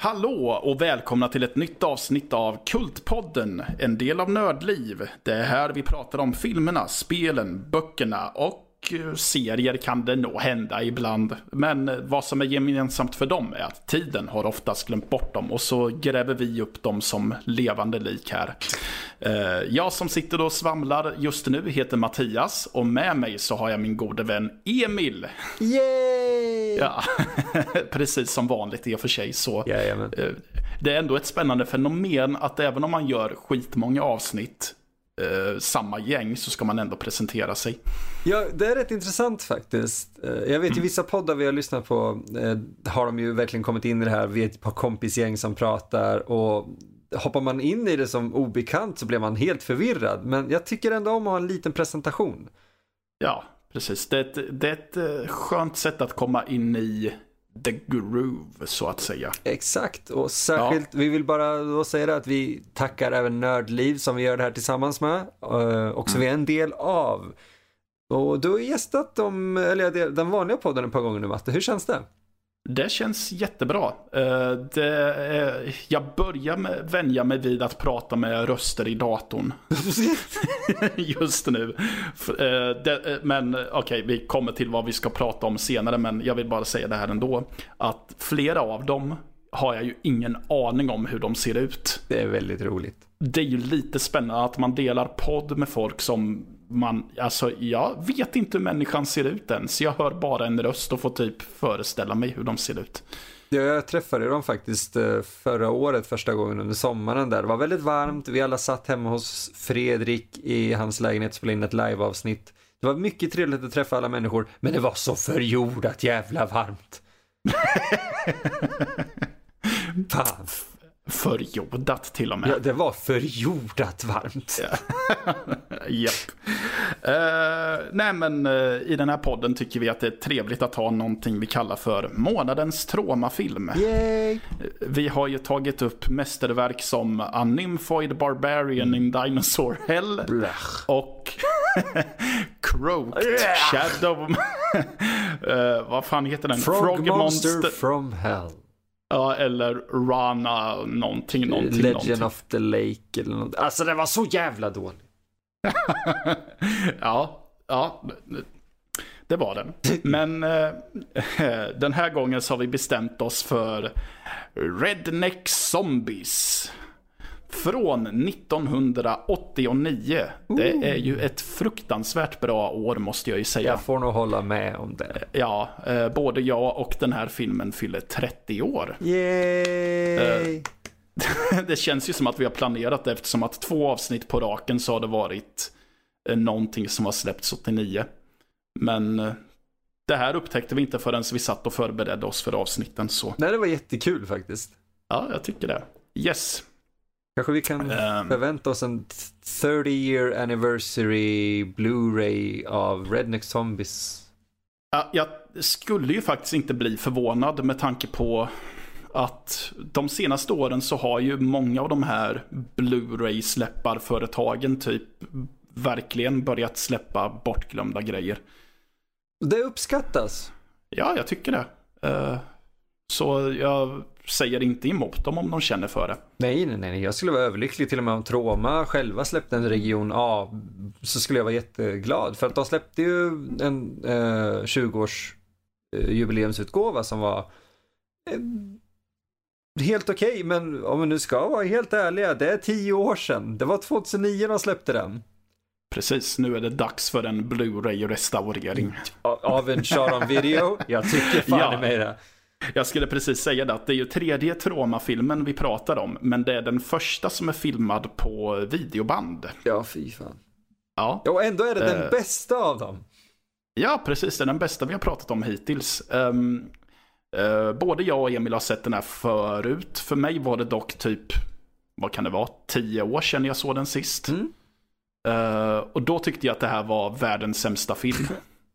Hallå och välkomna till ett nytt avsnitt av Kultpodden, en del av Nördliv. Det är här vi pratar om filmerna, spelen, böckerna och serier kan det nog hända ibland. Men vad som är gemensamt för dem är att tiden har oftast glömt bort dem och så gräver vi upp dem som levande lik här. Jag som sitter och svamlar just nu heter Mattias och med mig så har jag min gode vän Emil. Yay! Ja, precis som vanligt i och för sig så. Det är ändå ett spännande fenomen att även om man gör skitmånga avsnitt samma gäng så ska man ändå presentera sig. Ja, det är rätt intressant faktiskt. Jag vet ju vissa poddar vi har lyssnat på har de ju verkligen kommit in i det här. Vi är ett par kompisgäng som pratar och hoppar man in i det som obekant så blir man helt förvirrad. Men jag tycker ändå om att ha en liten presentation. Ja, precis. Det är ett skönt sätt att komma in i the groove, så att säga. Exakt, och särskilt vi vill bara då säga det att vi tackar även Nördliv som vi gör det här tillsammans med och som vi är en del av. Och du har gästat den vanliga podden ett par gånger nu, Matte. Hur känns det? Det känns jättebra. Jag börjar med vänja mig vid att prata med röster i datorn. Just nu. Men okej, vi kommer till vad vi ska prata om senare. Men jag vill bara säga det här ändå. Att flera av dem har jag ju ingen aning om hur de ser ut. Det är väldigt roligt. Det är ju lite spännande att man delar podd med folk som jag vet inte hur människan ser ut ens. Jag hör bara en röst och får typ föreställa mig hur de ser ut. Jag träffade dem faktiskt förra året, första gången under sommaren där. Det var väldigt varmt. Vi alla satt hemma hos Fredrik i hans lägenhet och spelade in ett liveavsnitt. Det var mycket trevligt att träffa alla människor, men det var så förjordat jävla varmt. Fan. Förjordat till och med. Ja, det var förjordat varmt. Japp. Nej men i den här podden tycker vi att det är trevligt att ha någonting vi kallar för månadens traumafilm. Yay! Vi har ju tagit upp mästerverk som A Nymphoid Barbarian in Dinosaur Hell och Croaked Shadow. Vad fan heter den? Frog Monster from Hell. Ja, eller Rana någonting. Legend of the Lake eller något. Alltså det var så jävla dåligt. Ja, det var den. Men den här gången så har vi bestämt oss för Redneck Zombies från 1989. Det är ju ett fruktansvärt bra år, måste jag ju säga. Jag får nog hålla med om det. Ja, både jag och den här filmen fyller 30 år. Yay! Det känns ju som att vi har planerat det, eftersom att 2 avsnitt på raken så har det varit någonting som har släppts 89. Men det här upptäckte vi inte förrän vi satt och förberedde oss för avsnitten. Så. Nej, det var jättekul faktiskt. Ja, jag tycker det. Yes. Kanske vi kan förvänta oss en 30-year anniversary Blu-ray av Redneck Zombies. Ja, jag skulle ju faktiskt inte bli förvånad med tanke på att de senaste åren så har ju många av de här Blu-ray-släpparföretagen typ verkligen börjat släppa bortglömda grejer. Det uppskattas. Ja, jag tycker det. Så jag säger inte emot dem om de känner för det. Nej. Jag skulle vara överlycklig till och med om Troma själva släppte en region A, så skulle jag vara jätteglad. För att de släppte ju en 20-års jubileumsutgåva som var helt okej, men om vi nu ska vara helt ärliga, det är 10 år sedan. Det var 2009 de släppte den. Precis, nu är det dags för en Blu-ray-restaurering. Av en shot-on-video? Jag tycker fan med det. Jag skulle precis säga det, att det är ju 3D traumafilmen vi pratar om, men det är den första som är filmad på videoband. Ja, fy fan. Ja. Och ändå är det den bästa av dem. Ja, precis, det är den bästa vi har pratat om hittills. Både jag och Emil har sett den här förut. För mig var det dock typ, vad kan det vara, 10 år sedan jag såg den sist. Och då tyckte jag att det här var världens sämsta film.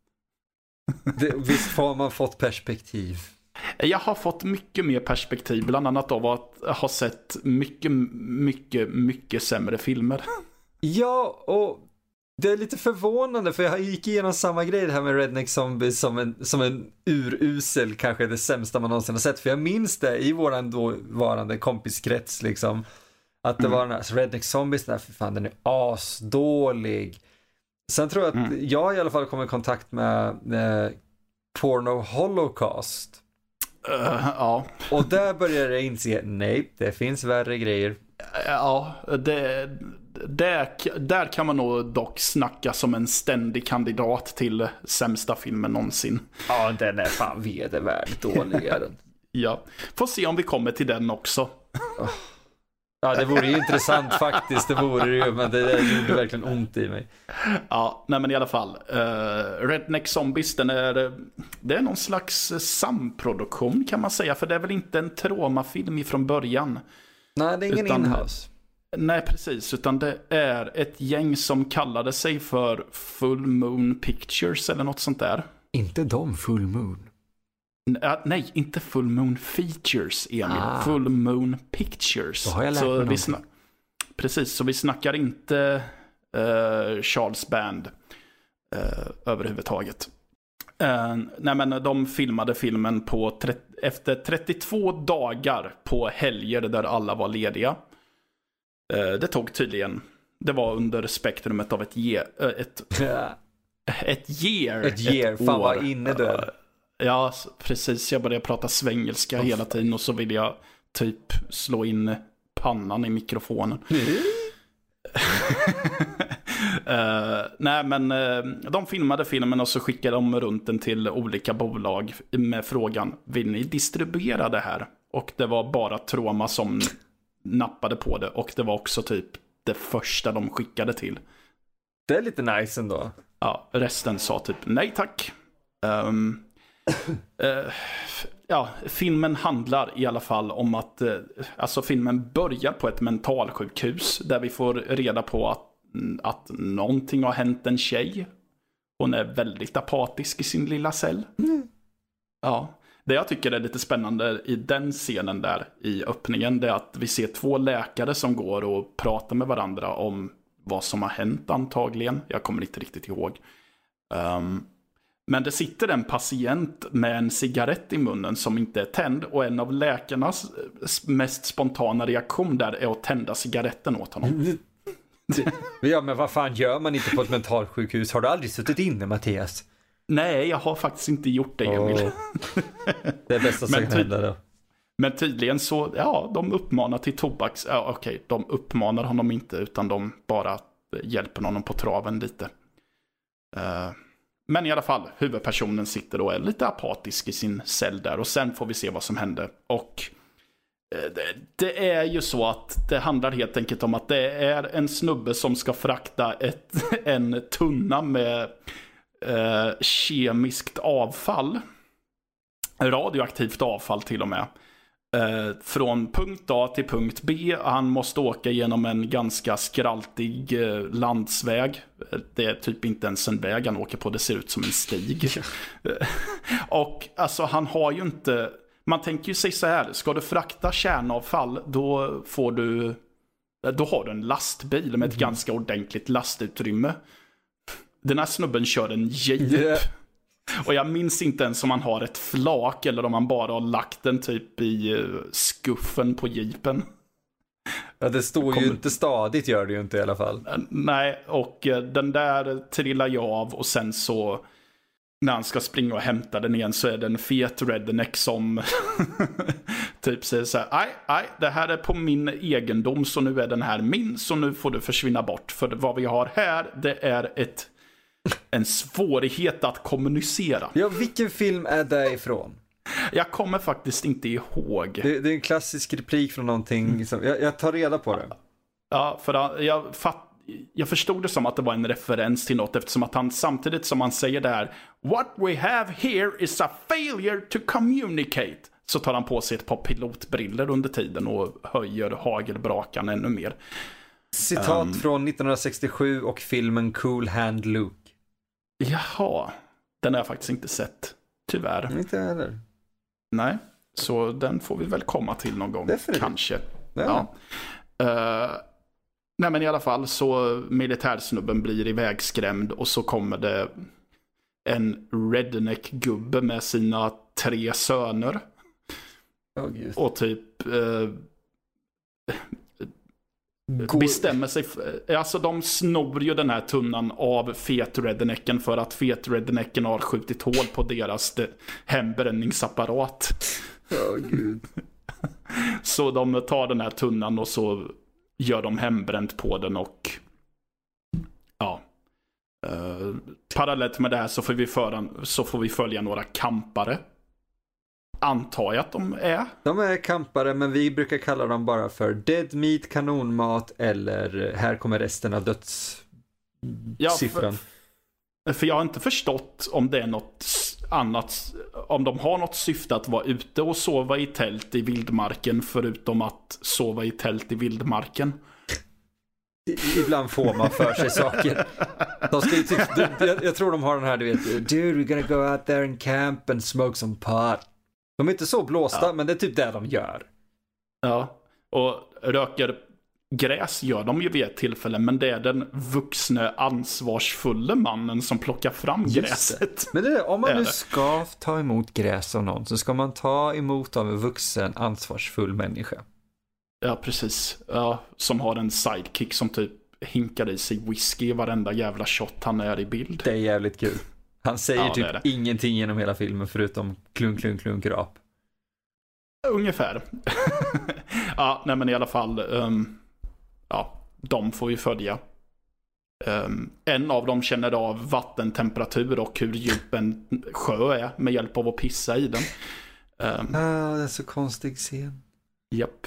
Visst har man fått perspektiv. Jag har fått mycket mer perspektiv, bland annat av att ha sett mycket sämre filmer. Ja, och Det är lite förvånande, för jag gick igenom samma grej det här med Redneck Zombies som en urusel, kanske det sämsta man någonsin har sett. För jag minns det i våran dåvarande kompiskrets liksom, att det var den här Redneck Zombies, där för fan, den är asdålig. Sen tror jag att jag i alla fall kom i kontakt med Porno Holocaust. Ja. Och där började jag inse, nej, det finns värre grejer. Ja, där kan man nog dock snacka som en ständig kandidat till sämsta filmen någonsin. Ja, den är fan vedervärdigt dålig. Ja, får se om vi kommer till den också. Ja, det vore ju intressant faktiskt, det vore det ju, men det gjorde verkligen ont i mig. Ja, nej men i alla fall. Redneck Zombies, det är någon slags samproduktion kan man säga, för det är väl inte en traumafilm ifrån början. Nej, det är ingen inhouse. Nej, precis, utan det är ett gäng som kallade sig för Full Moon Pictures eller något sånt där. Inte de Full Moon? Nej, inte Full Moon Features, Emil. Full Moon Pictures. Då har jag lärt mig precis, så vi snackar inte Charles Band överhuvudtaget. Nej, men de filmade filmen efter 32 dagar på helger där alla var lediga. Det tog tydligen, det var under spektrumet av ett year, fan vad inne du. Ja, precis. Jag började prata svengelska hela tiden och så ville jag typ slå in pannan i mikrofonen. Nej, men de filmade filmen och så skickade de runt den till olika bolag med frågan, vill ni distribuera det här? Och det var bara Troma som nappade på det, och det var också typ det första de skickade till. Det är lite nice ändå. Ja, resten sa typ nej tack. Ja, filmen handlar i alla fall om att alltså filmen börjar på ett mentalsjukhus där vi får reda på att någonting har hänt en tjej. Hon är väldigt apatisk i sin lilla cell. Ja, det jag tycker är lite spännande i den scenen där i öppningen, det är att vi ser 2 läkare som går och pratar med varandra om vad som har hänt antagligen. Jag kommer inte riktigt ihåg. Men det sitter en patient med en cigarett i munnen som inte är tänd, och en av läkarnas mest spontana reaktion där är att tända cigaretten åt honom. Ja, men vad fan gör man inte på ett mentalsjukhus? Har du aldrig suttit inne, Mattias? Nej, jag har faktiskt inte gjort det, Emil. Det är bästa som kan hända då. Men tydligen så, ja, de uppmanar till tobaks... Ja, okej, de uppmanar honom inte, utan de bara hjälper honom på traven lite. Men i alla fall, huvudpersonen sitter och är lite apatisk i sin cell där. Och sen får vi se vad som händer. Och det är ju så att det handlar helt enkelt om att det är en snubbe som ska frakta en tunna med kemiskt avfall. Radioaktivt avfall till och med. Från punkt A till punkt B. Han måste åka genom en ganska skraltig landsväg. Det är typ inte ens en väg han åker på, det ser ut som en stig. Och alltså han har ju inte... Man tänker ju sig så här, ska du frakta kärnavfall, då har du en lastbil med ett ganska ordentligt lastutrymme. Den här snubben kör en jeep. Yeah. Och jag minns inte ens om han har ett flak eller om han bara har lagt den typ i skuffen på jeepen. Ja, det står ju inte stadigt, gör det ju inte i alla fall. Nej, och den där trillar jag av, och sen så när han ska springa och hämta den igen så är det en fet redneck som typ säger så här: nej, det här är på min egendom, så nu är den här min, så nu får du försvinna bort. För vad vi har här, det är en svårighet att kommunicera. Ja, vilken film är det ifrån? Jag kommer faktiskt inte ihåg. Det är en klassisk replik från någonting som, jag tar reda på det. Ja, för jag förstod det som att det var en referens till något, eftersom att han samtidigt som han säger det här, what we have here is a failure to communicate, så tar han på sig ett par pilotbriller under tiden och höjer hagelbrakan ännu mer. Citat från 1967 och filmen Cool Hand Luke. Jaha, den har jag faktiskt inte sett, tyvärr. Inte heller. Nej, så den får vi väl komma till någon gång. Definitivt. Kanske. Ja. Nej, men i alla fall så militärsnubben blir ivägskrämd och så kommer det en redneck-gubbe med sina 3 söner. Och typ bestämmer sig alltså de snor ju den här tunnan av fet-rednecken för att fet-rednecken har skjutit hål på deras hembränningsapparat. Gud. Så de tar den här tunnan och så gör de hembränt på den och ja. Parallellt med det här så får vi följa några kampare. Antar jag att de är. De är kampare, men vi brukar kalla dem bara för dead meat, kanonmat eller här kommer resten av dödssiffran. För jag har inte förstått om det är något annat, om de har något syfte att vara ute och sova i tält i vildmarken förutom att sova i tält i vildmarken. Ibland får man för sig saker. De ska ju jag tror de har den här, du vet, dude, we're gonna go out there and camp and smoke some pot. De är inte så blåsta, men det är typ det de gör. Ja, och röker gräs gör de ju vid ett tillfälle, men det är den vuxne ansvarsfulla mannen som plockar fram gräset. Men det är, om man nu ska ta emot gräs av någon så ska man ta emot av en vuxen ansvarsfull människa. Ja, precis. Ja, som har en sidekick som typ hinkar i sig whisky i varenda jävla shot han är i bild. Det är jävligt kul. Han säger typ ingenting genom hela filmen förutom klunk, klunk, klunk, rap. Ungefär. Ja, nej men i alla fall ja, de får vi följa. En av dem känner av vattentemperatur och hur djup en sjö är med hjälp av att pissa i den. Det är så konstig scen. Japp.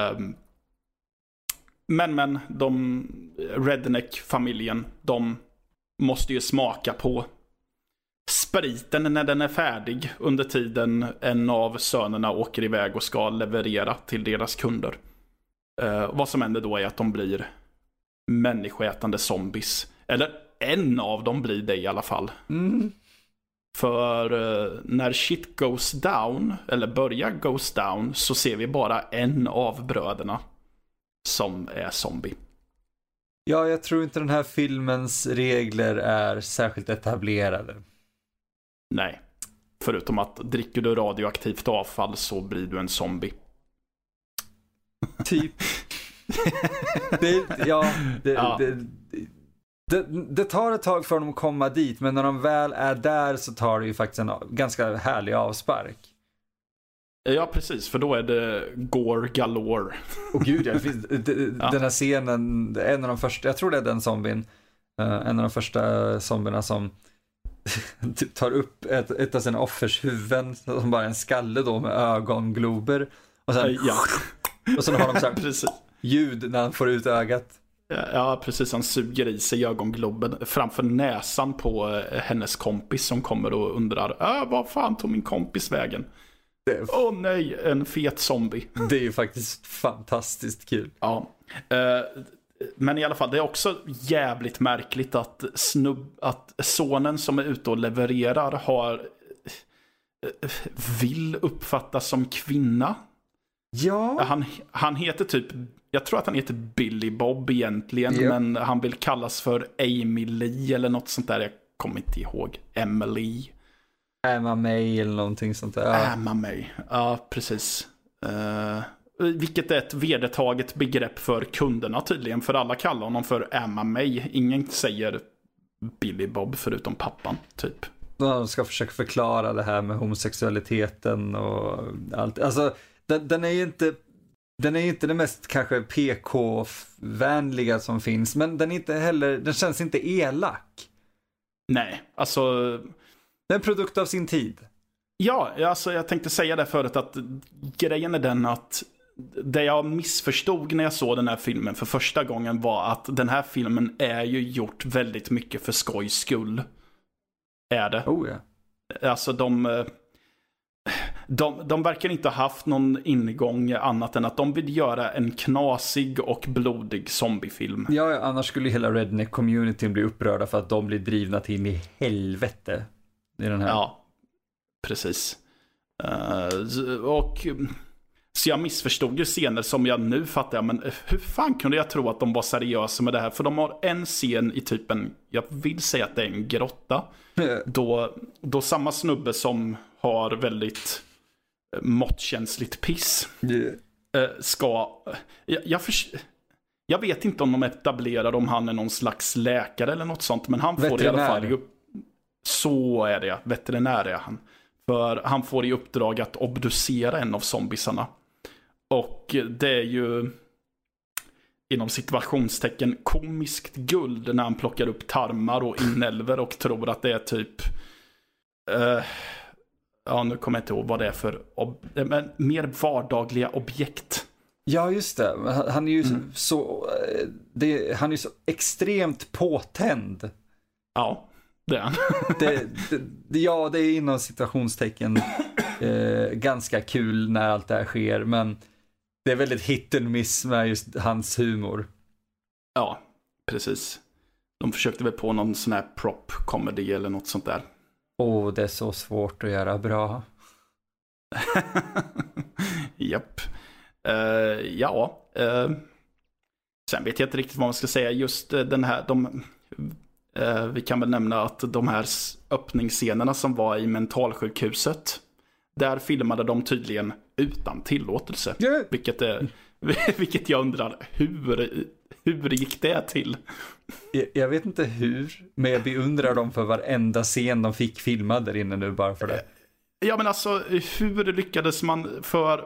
Men de redneck-familjen, de måste ju smaka på spriten när den är färdig under tiden en av sönerna åker iväg och ska leverera till deras kunder. Vad som händer då är att de blir människoätande zombies. Eller en av dem blir det i alla fall. För när shit goes down, eller börjar goes down, så ser vi bara en av bröderna som är zombie. Ja, jag tror inte den här filmens regler är särskilt etablerade. Nej, förutom att dricker du radioaktivt avfall så blir du en zombie. Typ. Det tar ett tag för dem att komma dit, men när de väl är där så tar det ju faktiskt en ganska härlig avspark. Ja, precis, för då är det gore galore. Och gud, den här scenen, en av de första, jag tror det är den zombien, en av de första zombierna som tar upp ett av sina offers huvuden som bara en skalle då med ögonglober och sen och sen har de så här ljud när han får ut ögat. Ja, precis, han suger i sig ögongloben framför näsan på hennes kompis som kommer och undrar vad fan tog min kompis vägen? Åh nej, en fet zombie. Det är ju faktiskt fantastiskt kul. Ja. Men i alla fall, det är också jävligt märkligt att sonen som är ute och levererar vill uppfattas som kvinna. Ja. Han heter typ, jag tror att han heter Billy Bob egentligen, men han vill kallas för Amy Lee eller något sånt där, jag kommer inte ihåg. Emily. Emma May eller någonting sånt där. Ja. Emma May, ja precis. Vilket är ett vedertaget begrepp för kunderna tydligen, för alla kallar honom för Emma May. Ingen säger Billy Bob förutom pappan, typ. De ska försöka förklara det här med homosexualiteten och allt. Alltså, den är ju inte det mest kanske PK-vänliga som finns, men den känns inte elak. Nej, alltså... Det är en produkt av sin tid. Ja, alltså jag tänkte säga det förut att grejen är den att det jag missförstod när jag såg den här filmen för första gången var att den här filmen är ju gjort väldigt mycket för skojs skull. Är det. Oh ja. Alltså de verkar inte ha haft någon ingång annat än att de vill göra en knasig och blodig zombiefilm. Ja, annars skulle hela redneck-communityn bli upprörda för att de blir drivna till i helvete i den här. Ja, precis. Och Så jag missförstod ju scener som jag nu fattar. Men hur fan kunde jag tro att de var seriösa med det här? För de har en scen i typ jag vill säga att det är en grotta. Då samma snubbe som har väldigt måttkänsligt piss ska... Jag vet inte om de etablerar om han är någon slags läkare eller något sånt. Men han får i alla fall... Så är det, veterinär är han. För han får i uppdrag att obducera en av zombisarna. Och det är ju inom situationstecken komiskt guld när han plockar upp tarmar och inälvor och tror att det är typ nu kommer jag inte ihåg vad det är för men mer vardagliga objekt. Ja, just det. Han är ju han är så extremt påtänd. Ja, det är han. det är inom situationstecken ganska kul när allt det här sker, men det är väldigt hit and miss med just hans humor. Ja, precis. De försökte väl på någon sån här prop-comedy eller något sånt där. Det är så svårt att göra bra. Japp. Sen vet jag inte riktigt vad man ska säga. Just den här, vi kan väl nämna att de här öppningsscenerna som var i mentalsjukhuset, där filmade de tydligen utan tillåtelse. Yeah. Vilket jag undrar, hur gick det till? Jag vet inte hur, men jag beundrar dem för varenda scen de fick filma där inne nu bara för det. Ja, men alltså, hur lyckades man för...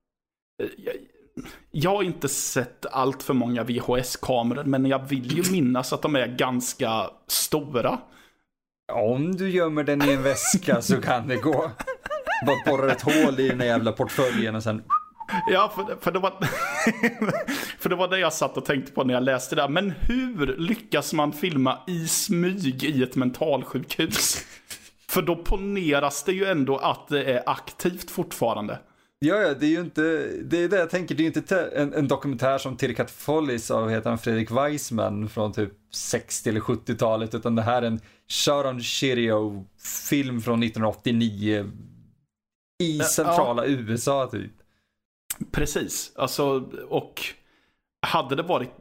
Jag har inte sett allt för många VHS-kameror, men jag vill ju minnas att de är ganska stora. Om du gömmer den i en väska så kan det gå. Bara borra ett hål i den jävla portföljen och sen... Ja, för det var det jag satt och tänkte på när jag läste det där. Men hur lyckas man filma i smyg i ett mentalsjukhus? För då poneras det ju ändå att det är aktivt fortfarande. Ja, det är ju inte, det är det jag tänker, det är ju inte en dokumentär som Tirkat Follies av Fredrik Weissman från typ 60 eller 70-talet, utan det här är en Sharon Shirio film från 1989 i centrala USA typ. Precis, alltså, och hade det varit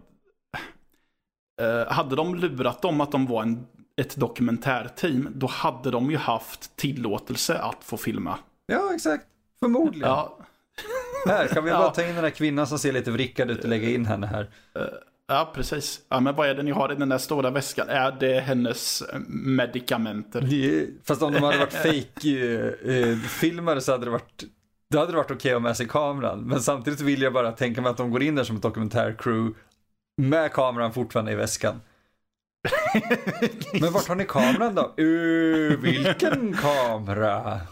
hade de lurat dem att de var ett dokumentärteam, då hade de ju haft tillåtelse att få filma. Ja, exakt. Förmodligen. Ja. Här kan vi bara ta in den här kvinnan som ser lite vrickad ut och lägga in henne här. Ja, precis. Ja, men vad är det ni har i den där stora väskan? Är det hennes medikamenter? Fast om de hade varit fake-filmare så hade det varit... Då hade det varit okej att med sig kameran. Men samtidigt vill jag bara tänka mig att de går in där som ett dokumentärcrew med kameran fortfarande i väskan. Men vart har ni kameran då? Vilken kamera?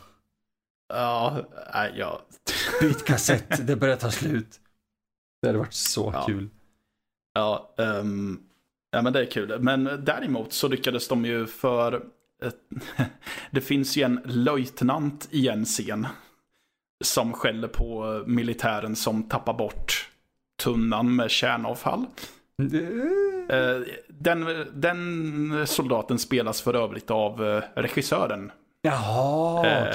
Ja. Byt kassett, det börjar ta slut. Det hade varit så kul. Ja, men det är kul. Men däremot så lyckades de ju för... det finns ju en löjtnant i en scen som skäller på militären som tappar bort tunnan med kärnavfall. Den soldaten spelas för övrigt av regissören. Jaha,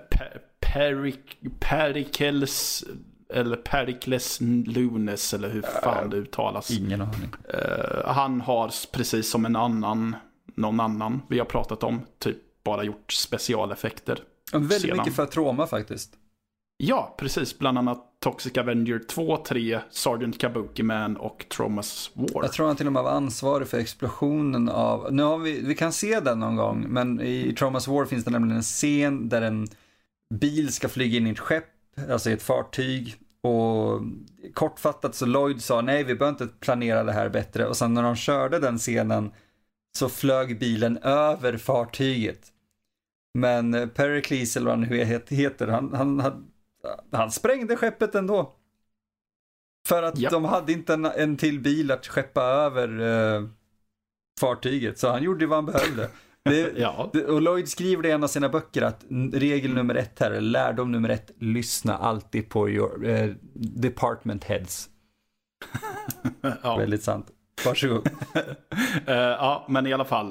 Perikles Lunes, eller hur fan det uttalas. Ingen aning. Han har precis som någon annan vi har pratat om typ bara gjort specialeffekter. Väldigt mycket för trauma faktiskt. Ja, precis. Bland annat Toxic Avenger 2, 3, Sergeant Kabuki Man och Trauma's War. Jag tror han till och med var ansvarig för explosionen av... Nu har vi kan se den någon gång, men i Trauma's War finns det nämligen en scen där en bil ska flyga in i ett skepp, alltså i ett fartyg. Och kortfattat så Lloyd sa, nej vi behöver inte planera det här bättre. Och sen när de körde den scenen så flög bilen över fartyget. Men Pericles, eller vad han heter, han sprängde skeppet ändå. För att de hade inte en till bil att skeppa över fartyget. Så han gjorde vad han behövde. Och Lloyd skriver det i en av sina böcker att regel nummer 1 här, lärdom nummer 1, lyssna alltid på your department heads. Väldigt sant. Varsågod. Ja, men i alla fall...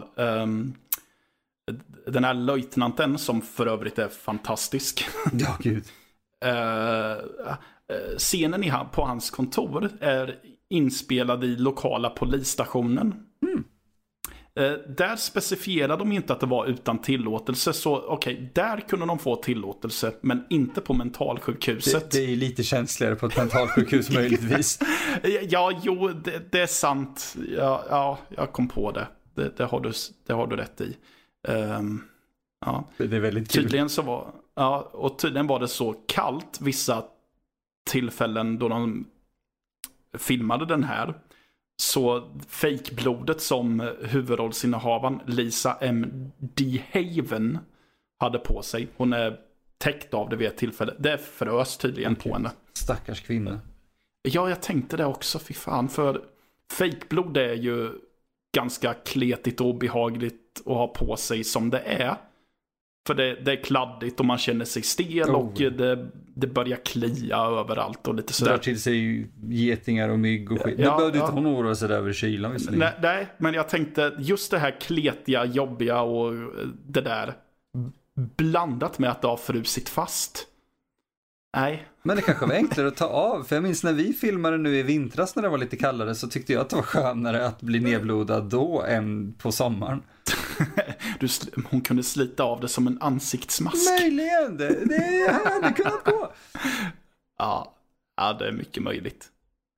den här löjtnanten som för övrigt är fantastisk. Ja, gud. scenen på hans kontor är inspelad i lokala polisstationen. Där specifierade de inte att det var utan tillåtelse. Så okej, där kunde de få tillåtelse, men inte på mentalsjukhuset. Det är lite känsligare på ett mentalsjukhus möjligtvis. Ja, jo, det är sant. Ja, jag kom på det. Det har du rätt i. Ja. Det är väldigt kul. Tydligen var det så kallt vissa tillfällen då de filmade den här. Så fejkblodet som huvudrollsinnehavaren Lisa M. DeHaven hade på sig. Hon är täckt av det vid ett tillfälle. Det frös tydligen på henne. Stackars kvinna. Ja, jag tänkte det också. Fy fan, för fejkblod är ju ganska kletigt och obehagligt att ha på sig som det är. För det är kladdigt och man känner sig stel och det börjar klia överallt och lite sådär. Där till sig ju getingar och mygg och skit. Det behövde inte hon oroa sig över kylan visserligen. Nej, men jag tänkte just det här kletiga, jobbiga och det där blandat med att det har frusit fast. Nej. Men det kanske var enklare att ta av. För jag minns när vi filmade nu i vintras när det var lite kallare, så tyckte jag att det var skönare att bli nedblodad då än på sommaren. Hon kunde slita av det som en ansiktsmask. Möjligen, det hade kunnat gå. Ja, det är mycket möjligt.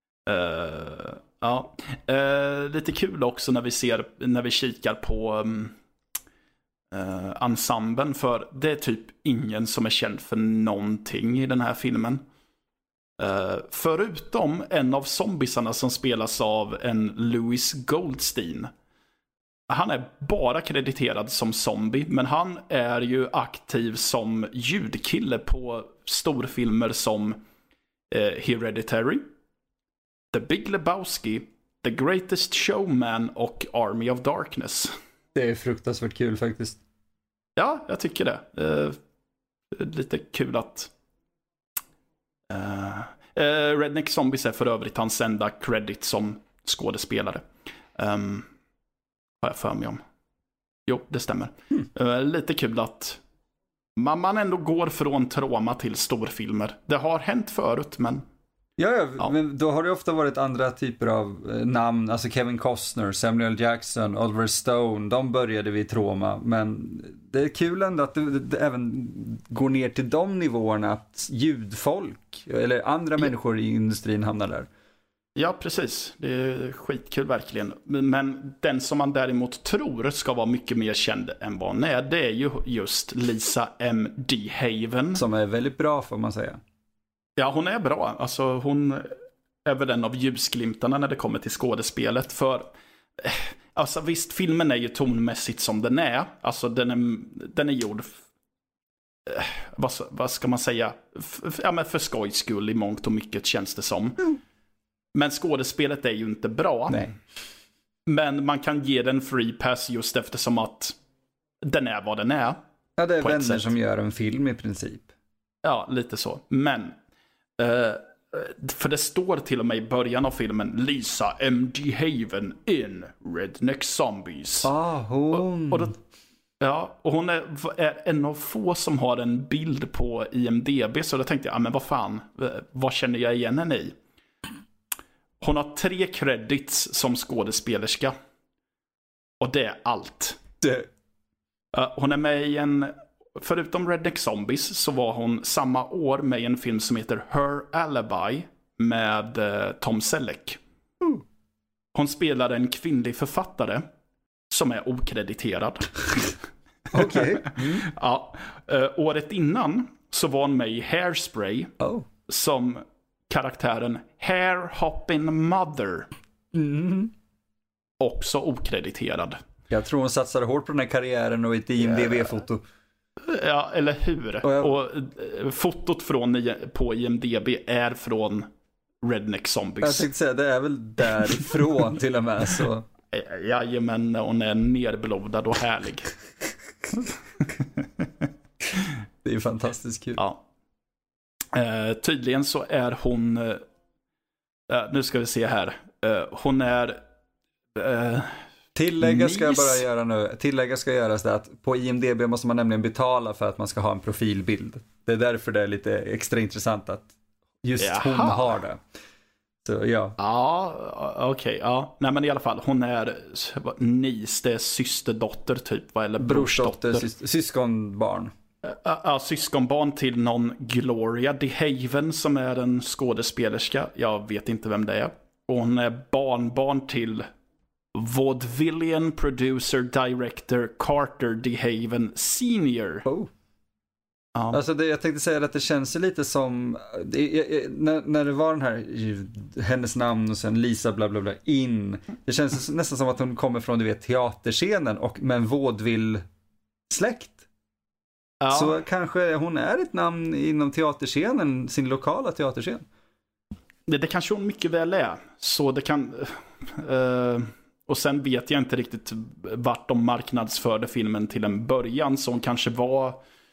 Lite kul också när vi kikar på ensemblen, för det är typ ingen som är känd för någonting i den här filmen. Förutom en av zombisarna som spelas av en Louis Goldstein. Han är bara krediterad som zombie, men han är ju aktiv som ljudkille på storfilmer som Hereditary, The Big Lebowski, The Greatest Showman och Army of Darkness. Det är fruktansvärt kul faktiskt. Ja, jag tycker det. Lite kul att Redneck Zombies är för övrigt hans enda credit som skådespelare. Har jag för mig om. Jo, det stämmer. Lite kul att man ändå går från trauma till storfilmer. Det har hänt förut, men... Ja, men då har det ofta varit andra typer av namn. Alltså Kevin Costner, Samuel Jackson, Oliver Stone. De började vid trauma. Men det är kul ändå att det även går ner till de nivåerna. Att ljudfolk eller andra människor i industrin hamnar där. Ja, precis. Det är skitkul verkligen. Men den som man däremot tror ska vara mycket mer känd än vad hon är, det är ju just Lisa M. DeHaven. Som är väldigt bra, får man säga. Ja, hon är bra. Alltså, hon är väl en av ljusglimtarna när det kommer till skådespelet. För, alltså visst, filmen är ju tonmässigt som den är. Alltså, den är gjord... Vad ska man säga? Men för skojs skull i mångt och mycket, känns det som. Men skådespelet är ju inte bra. Nej. Men man kan ge den free pass just eftersom att den är vad den är. Ja, det är vänner som gör en film i princip. Ja, lite så. Men för det står till och med i början av filmen Lisa M. DeHaven in Redneck Zombies. Hon. Och hon är en av få som har en bild på IMDb. Så då tänkte jag, men vad fan, vad känner jag igen henne i? Hon har 3 credits som skådespelerska. Och det är allt. Hon är med i förutom Redneck Zombies så var hon samma år med i en film som heter Her Alibi med Tom Selleck. Hon spelar en kvinnlig författare som är okrediterad. Okej. Ja. Året innan så var hon med i Hairspray som karaktären Hair Hoppin' Mother. Också okrediterad. Jag tror hon satsade hårt på den här karriären och ett IMDb-foto. Ja, eller hur? Och fotot på IMDb är från Redneck Zombies. Jag tänkte säga, det är väl därifrån till och med så. Jajamän, hon är nerblodad och härlig. Det är ju fantastiskt kul. Ja. Tydligen så är hon nu ska vi se här. Hon är Tillägga ska göras det att på IMDb måste man nämligen betala för att man ska ha en profilbild. Det är därför det är lite extra intressant att just hon har det. Så ja. Ja, okej. Ja. Nej, men i alla fall, hon är Niste systerdotter typ, va? Eller brorsdotter. Syskonbarn. Ja, syskonbarn till någon Gloria DeHaven som är en skådespelerska. Jag vet inte vem det är. Och hon är barnbarn till vaudevillian producer director Carter DeHaven Senior. Oh. Ja. Alltså jag tänkte säga att det känns lite som när det var den här hennes namn och sen Lisa bla bla bla in. Det känns nästan som att hon kommer från, du vet, teaterscenen och med en vaudeville-släkt. Ja. Så kanske hon är ett namn inom teaterscenen, sin lokala teaterscen. Det kanske hon mycket väl är. Så det kan... och sen vet jag inte riktigt vart de marknadsförde filmen till en början. Så hon kanske var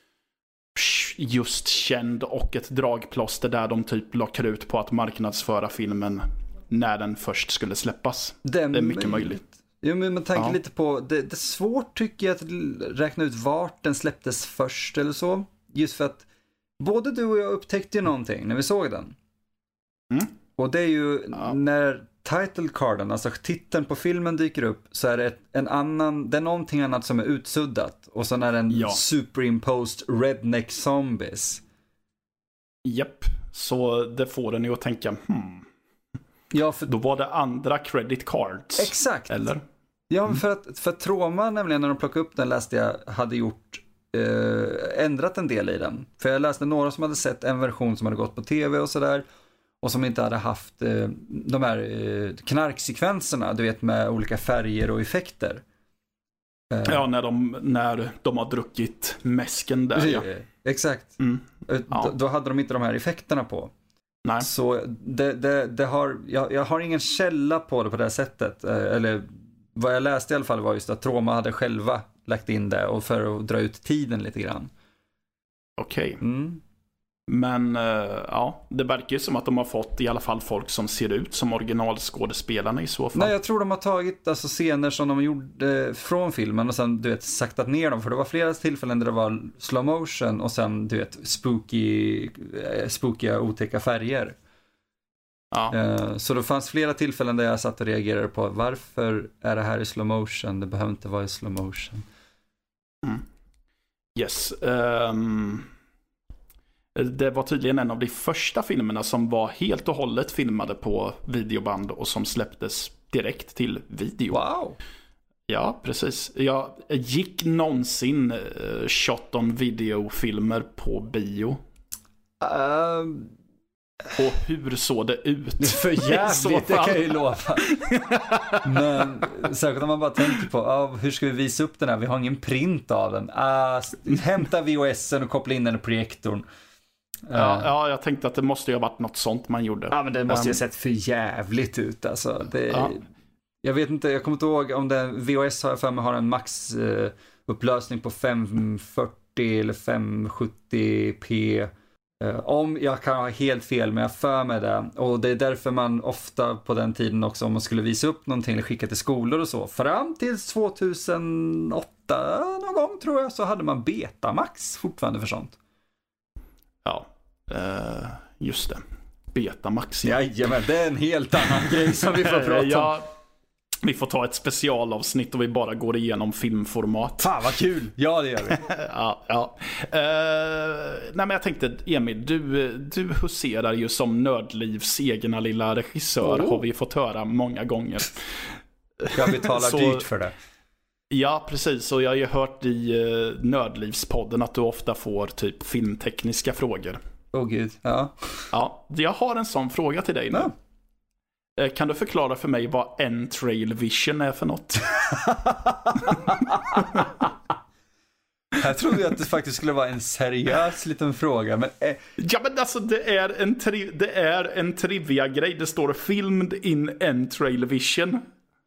just känd och ett dragplåster där de typ la krut på att marknadsföra filmen när den först skulle släppas. Det är mycket möjligt. Jo, men man tänker lite på, det är svårt tycker jag att räkna ut vart den släpptes först eller så. Just för att både du och jag upptäckte ju någonting när vi såg den. Mm. Och det är ju när title carden, alltså titeln på filmen dyker upp, så är det det är någonting annat som är utsuddat. Och sen är det en superimposed redneck zombies. Japp, så det får den ju att tänka, Ja, då var det andra credit cards. Exakt. Eller? Ja, för Troma nämligen, när de plockade upp den, läste jag hade gjort ändrat en del i den. För jag läste några som hade sett en version som hade gått på tv och sådär. Och som inte hade haft de här knarksekvenserna, du vet, med olika färger och effekter. Ja, när de har druckit mäsken där. Ja. Exakt. Då hade de inte de här effekterna på. Nej. Så jag har ingen källa på det på det här sättet. Eller vad jag läste i alla fall var just att Troma hade själva lagt in det och för att dra ut tiden lite grann. Okej. Men det verkar ju som att de har fått i alla fall folk som ser ut som originalskådespelarna i så fall. Nej, jag tror de har tagit alltså scener som de gjorde från filmen och sen, du vet, saktat ner dem. För det var flera tillfällen där det var slow motion och sen, du vet, spookiga, otäcka färger. Ja. Så det fanns flera tillfällen där jag satt och reagerade på varför är det här i slow motion? Det behöver inte vara i slow motion. Yes. Det var tydligen en av de första filmerna som var helt och hållet filmade på videoband och som släpptes direkt till video. Wow! Ja, precis. Jag gick någonsin shot on video-filmer på bio. Och hur såg det ut? För jävligt, det kan jag ju lova. Men särskilt om man bara tänker på hur ska vi visa upp den här? Vi har ingen print av den. Hämta VHSen och koppla in den i projektorn. Ja, jag tänkte att det måste ju ha varit något sånt man gjorde. Ja, men det måste ju ha sett för jävligt ut alltså. Jag vet inte, jag kommer inte ihåg om den VHS har jag för mig har en max upplösning på 540 eller 570p. Om jag kan ha helt fel, men jag för mig det. Och det är därför man ofta på den tiden också, om man skulle visa upp någonting eller skicka till skolor och så, fram till 2008 någon gång tror jag, så hade man Betamax fortfarande för sånt. Ja, just det. Betamax. Jajamän, det är en helt annan grej som vi får prata om. Vi får ta ett specialavsnitt och vi bara går igenom filmformat. Fan vad kul! Ja, det gör vi. ja. Nej, men jag tänkte, Emil, du huserar ju som Nördlivs egna lilla regissör, har vi fått höra många gånger. Jag betalar dyrt för det. Ja, precis. Och jag har ju hört i Nördlivspodden att du ofta får typ filmtekniska frågor. Gud, ja. Ja, jag har en sån fråga till dig nu. Ja. Kan du förklara för mig vad N-Trail Vision är för något? Jag trodde att det faktiskt skulle vara en seriös liten fråga. Men, Ja, men alltså det är en trivia-grej. Det står filmed in N-Trail Vision.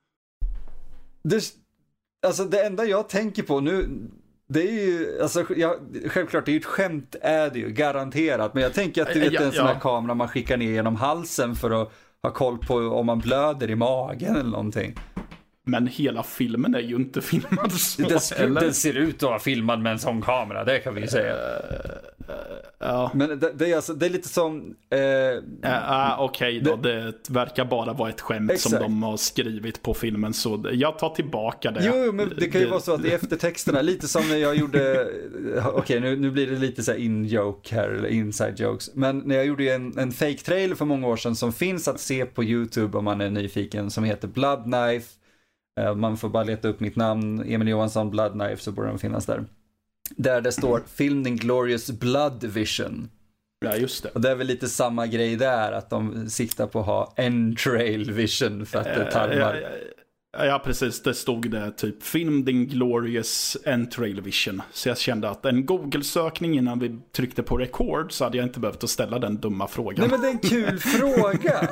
Alltså det enda jag tänker på nu, det är ju, alltså självklart det är ju ett skämt, är det ju garanterat, men jag tänker att du vet en sån här kamera man skickar ner genom halsen för att ha koll på om man blöder i magen eller någonting. Men hela filmen är ju inte filmad så. Den ser ut att vara filmad med en sån kamera, det kan vi säga. Ja. Men det är lite som... Okej då, det verkar bara vara ett skämt exakt. som de har skrivit på filmen. Så jag tar tillbaka det. Jo, men det kan ju vara så att i eftertexterna, lite som när jag gjorde... Okej, nu blir det lite så här in-joke här, eller inside jokes. Men när jag gjorde en fake-trailer för många år sedan som finns att se på YouTube om man är nyfiken, som heter Blood Knife. Man får bara leta upp mitt namn, Emil Johansson, Blood Knife, så borde den finnas där. Där det står Filmed in Glorious Blood Vision. Ja, just det. Och det är väl lite samma grej där, att de siktar på att ha entrail vision för att det tarmar. Ja, precis. Det stod det typ Filmed in Glorious Entrail Vision. Så jag kände att en Google-sökning innan vi tryckte på record så hade jag inte behövt att ställa den dumma frågan. Nej, men det är en kul fråga.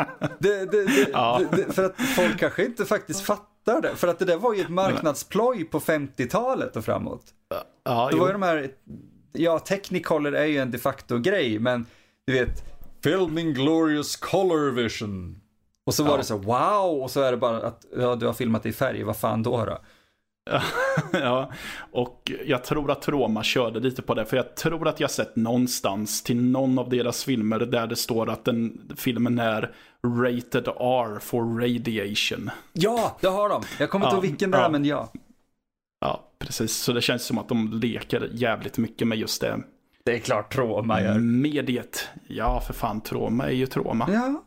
För att folk kanske inte faktiskt fattar det. För att det där var ju ett marknadsploj på 50-talet och framåt. Ja, det var ju de här... Ja, Technicolor är ju en de facto grej, men du vet, Filming Glorious Color Vision. Och så var det så, wow, och så är det bara att du har filmat i färg, vad fan då? Ja, och jag tror att Troma körde lite på det, för jag tror att jag sett någonstans till någon av deras filmer där det står att filmen är rated R for radiation. Ja, det har de. Jag kommer inte ihåg vilken det är, men ja. Ja, precis. Så det känns som att de leker jävligt mycket med just det. Det är klart Troma gör. Mediet. Ja, för fan, Troma är ju Troma. Ja.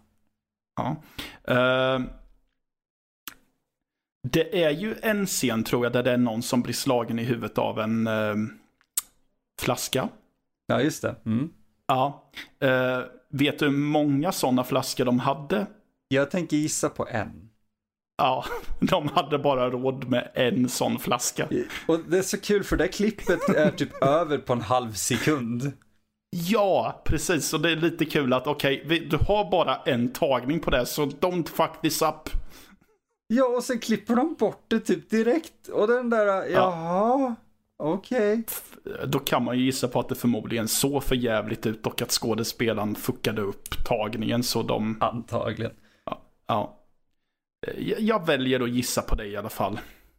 Det är ju en scen, tror jag, där det är någon som blir slagen i huvudet av en flaska. Ja, just det. Mm. Ja. Vet du hur många sådana flaskor de hade? Jag tänker gissa på en. Ja, de hade bara råd med en sån flaska. Och det är så kul, för det klippet är typ över på en halv sekund. Ja, precis. Och det är lite kul att du har bara en tagning på det, så don't fuck this up. Ja, och sen klipper de bort det typ direkt. Och den där, jaha, okej. Då kan man ju gissa på att det förmodligen såg för jävligt ut och att skådespelaren fuckade upp tagningen, så de... Antagligen. Ja. Jag väljer att gissa på det i alla fall.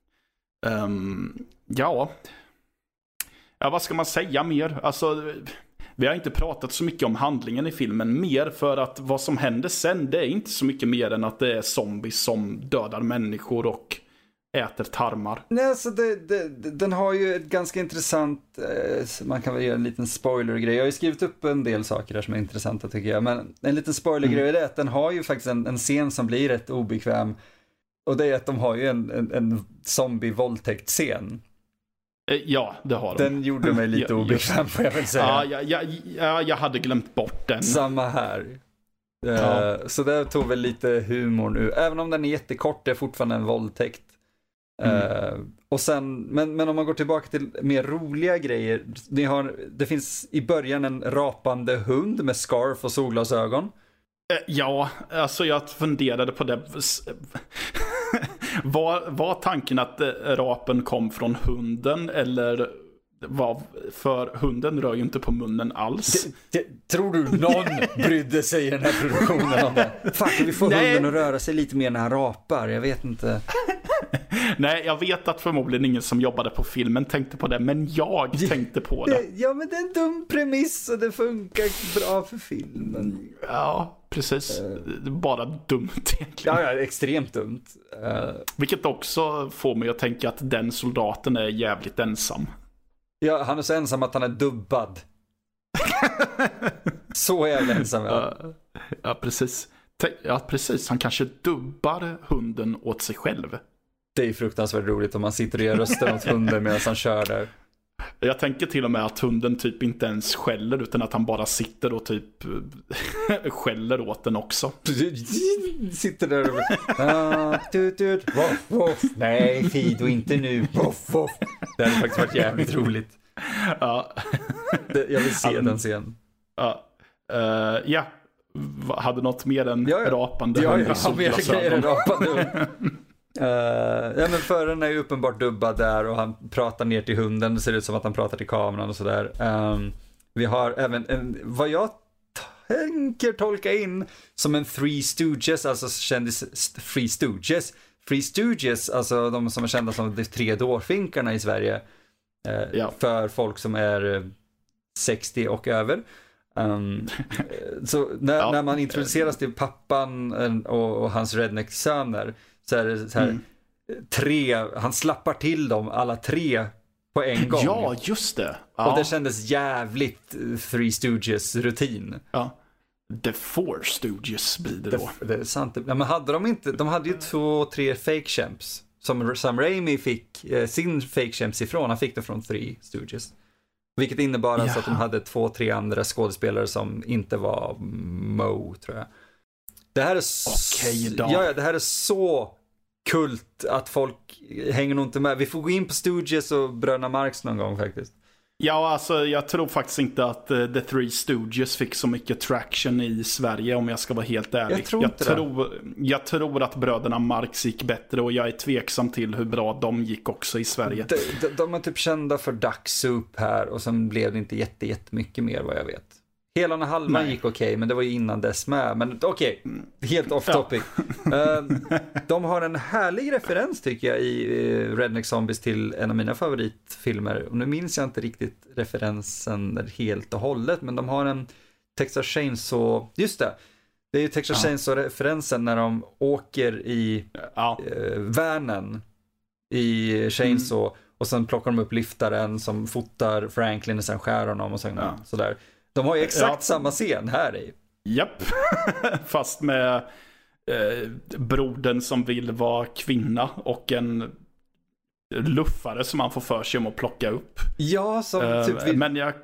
Ja, vad ska man säga mer? Alltså, vi har inte pratat så mycket om handlingen i filmen, mer för att vad som händer sen, det är inte så mycket mer än att det är zombies som dödar människor och äter tarmar. Nej, alltså den har ju ett ganska intressant, man kan väl göra en liten spoiler-grej. Jag har ju skrivit upp en del saker där som är intressanta, tycker jag. Men en liten spoiler-grej är det att den har ju faktiskt en scen som blir rätt obekväm. Och det är att de har ju en zombie-våldtäkt-scen. Ja, det har de. Den gjorde mig lite obekväm, får jag väl säga. Ja, jag hade glömt bort den. Samma här. Så det tog väl lite humor nu. Även om den är jättekort, det är fortfarande en våldtäkt. Och sen, men om man går tillbaka till mer roliga grejer. Det finns i början en rapande hund med scarf och solglasögon. Ja, alltså jag funderade på det. Var tanken att rapen kom från hunden, eller för hunden rör ju inte på munnen alls. Tror du någon brydde sig i den här produktionen om det? Fan, vi får hunden att röra sig lite mer när han rapar, jag vet inte. Nej, jag vet att förmodligen ingen som jobbade på filmen tänkte på det, men jag tänkte på det. Ja, men det är en dum premiss och det funkar bra för filmen. Ja, precis. Det är bara dumt egentligen. Ja, extremt dumt. Vilket också får mig att tänka att den soldaten är jävligt ensam. Ja, han är så ensam att han är dubbad. Så jävla ensam, ja. Ja, precis. Ja, precis. Han kanske dubbar hunden åt sig själv. Det är fruktansvärt roligt om man sitter och gör rösten åt hunden medan han kör där. Jag tänker till och med att hunden typ inte ens skäller, utan att han bara sitter och typ skäller åt den också. Sitter där och voff, voff. Nej, Fido, inte nu. Voff, voff. Det hade faktiskt varit jävligt roligt. Ja. Jag vill se den scenen. Ja. Hade något mer än rapande hund i solglasögon? Ja, men föraren är ju uppenbart dubbad där och han pratar ner till hunden. Det ser ut som att han pratar till kameran och sådär. Vi har även vad jag tänker tolka in som en Three Stooges, alltså kändis Three Stooges. Three Stooges, alltså de som är kända som de 3 dårfinkarna i Sverige, för folk som är 60 och över. Så när man introduceras till pappan och hans redneck-söner, så är det så här 3, han slappar till dem alla 3 på en gång. Ja, just det. Ja. Och det kändes jävligt Three Stooges rutin. Ja. The Four Stooges blir det då. Det är sant. Ja, men hade de hade ju 2-3 fake champs som Sam Raimi fick sin fake champs ifrån. Han fick det från Three Stooges. Vilket innebar alltså att de hade 2-3 andra skådespelare som inte var Moe, tror jag. Det här är det här är så kult att folk hänger nog inte med. Vi får gå in på Stooges och Bröderna Marx någon gång faktiskt. Ja, alltså jag tror faktiskt inte att The Three Stooges fick så mycket traction i Sverige, om jag ska vara helt ärlig. Jag tror att Bröderna Marx gick bättre, och jag är tveksam till hur bra de gick också i Sverige. De är typ kända för Duck Soup här, och sen blev det inte jättemycket mer vad jag vet. Hela och halvan gick okej, men det var ju innan dess med. Men okej, helt off topic. De har en härlig referens tycker jag i Redneck Zombies till en av mina favoritfilmer. Och nu minns jag inte riktigt referensen helt och hållet, men de har en Texas Chainsaw, just det. Det är ju Texas Chainsaw-referensen när de åker i vanen i Chainsaw och sen plockar de upp liftaren som fotar Franklin och sen skär honom och sen sådär. De har ju exakt samma scen här i. Japp. Fast med brodern som vill vara kvinna och en luffare som han får för sig om att plocka upp. Ja, som typ men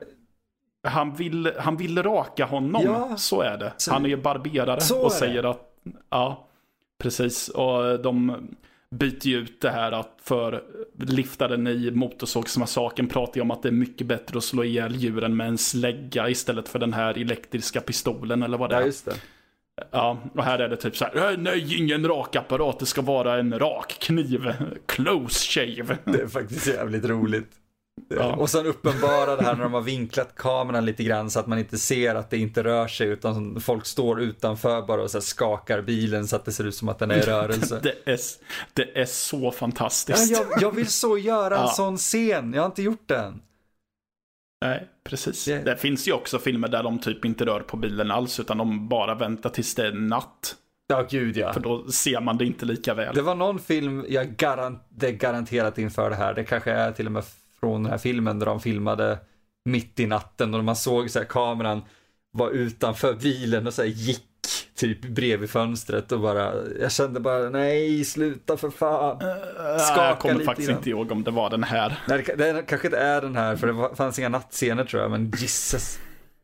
han vill raka honom. Så är det. Han är ju barberare och säger att precis. Och de byter ju ut det här att för liftaren i Motorsågsmassakern pratar ju om att det är mycket bättre att slå ihjäl djuren med en slägga istället för den här elektriska pistolen eller vad det är. Ja, just det. Ja, och här är det typ så här: nej, ingen rakapparat, det ska vara en rak kniv, close shave. Det är faktiskt jävligt roligt. Ja. Och sen uppenbara det här när de har vinklat kameran lite grann så att man inte ser att det inte rör sig, utan folk står utanför bara och så här skakar bilen så att det ser ut som att den är i rörelse. Det är så fantastiskt. Ja, jag vill så göra en sån scen. Jag har inte gjort den. Nej, precis. Det finns ju också filmer där de typ inte rör på bilen alls, utan de bara väntar tills det är natt. Ja, gud ja. För då ser man det inte lika väl. Det var någon film, det är garanterat inför det här. Det kanske är till och med från den här filmen där de filmade mitt i natten och man såg så här, kameran var utanför bilen och så här gick typ bredvid fönstret och bara, jag kände bara, nej, sluta för fan. Jag kommer faktiskt inte ihåg om det var den här. Nej, det kanske inte är den här, för det fanns inga nattscener tror jag, men Jesus.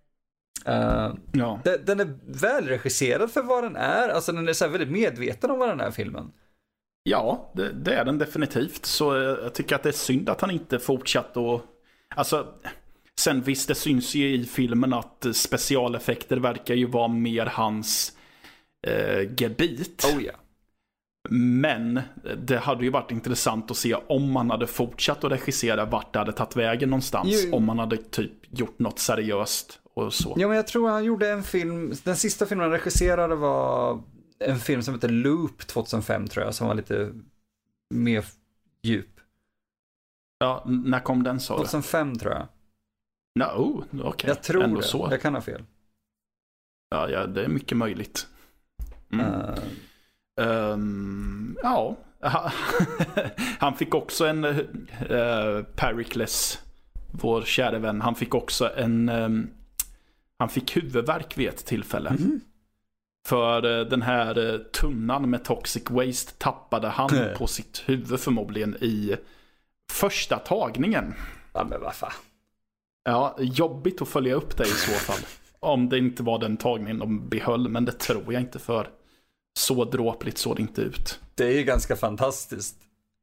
Den är välregisserad för vad den är. Alltså den är så här väldigt medveten om vad den är, filmen. Ja, det är den definitivt. Så jag tycker att det är synd att han inte fortsatt och... Alltså, sen visst, det syns ju i filmen att specialeffekter verkar ju vara mer hans gebit. Oh ja. Men det hade ju varit intressant att se om man hade fortsatt att regissera vart det hade tagit vägen någonstans. Om man hade typ gjort något seriöst och så. Ja, men jag tror han gjorde en film, den sista filmen han regisserade var en film som heter Loop 2005 tror jag, som var lite mer djup. Ja, när kom den så? 2005 tror jag. No, okej. Jag tror ändå det, så. jag kan ha fel. Ja, det är mycket möjligt. Ja, han fick också en Pericles, vår kära vän. Han fick också han fick huvudvärk vid ett tillfälle. För den här tunnan med toxic waste tappade han på sitt huvud förmodligen i första tagningen. Ja, men vad fan. Ja, jobbigt att följa upp det i så fall. Om det inte var den tagningen de behöll, men det tror jag inte, för så dråpligt såg det inte ut. Det är ju ganska fantastiskt.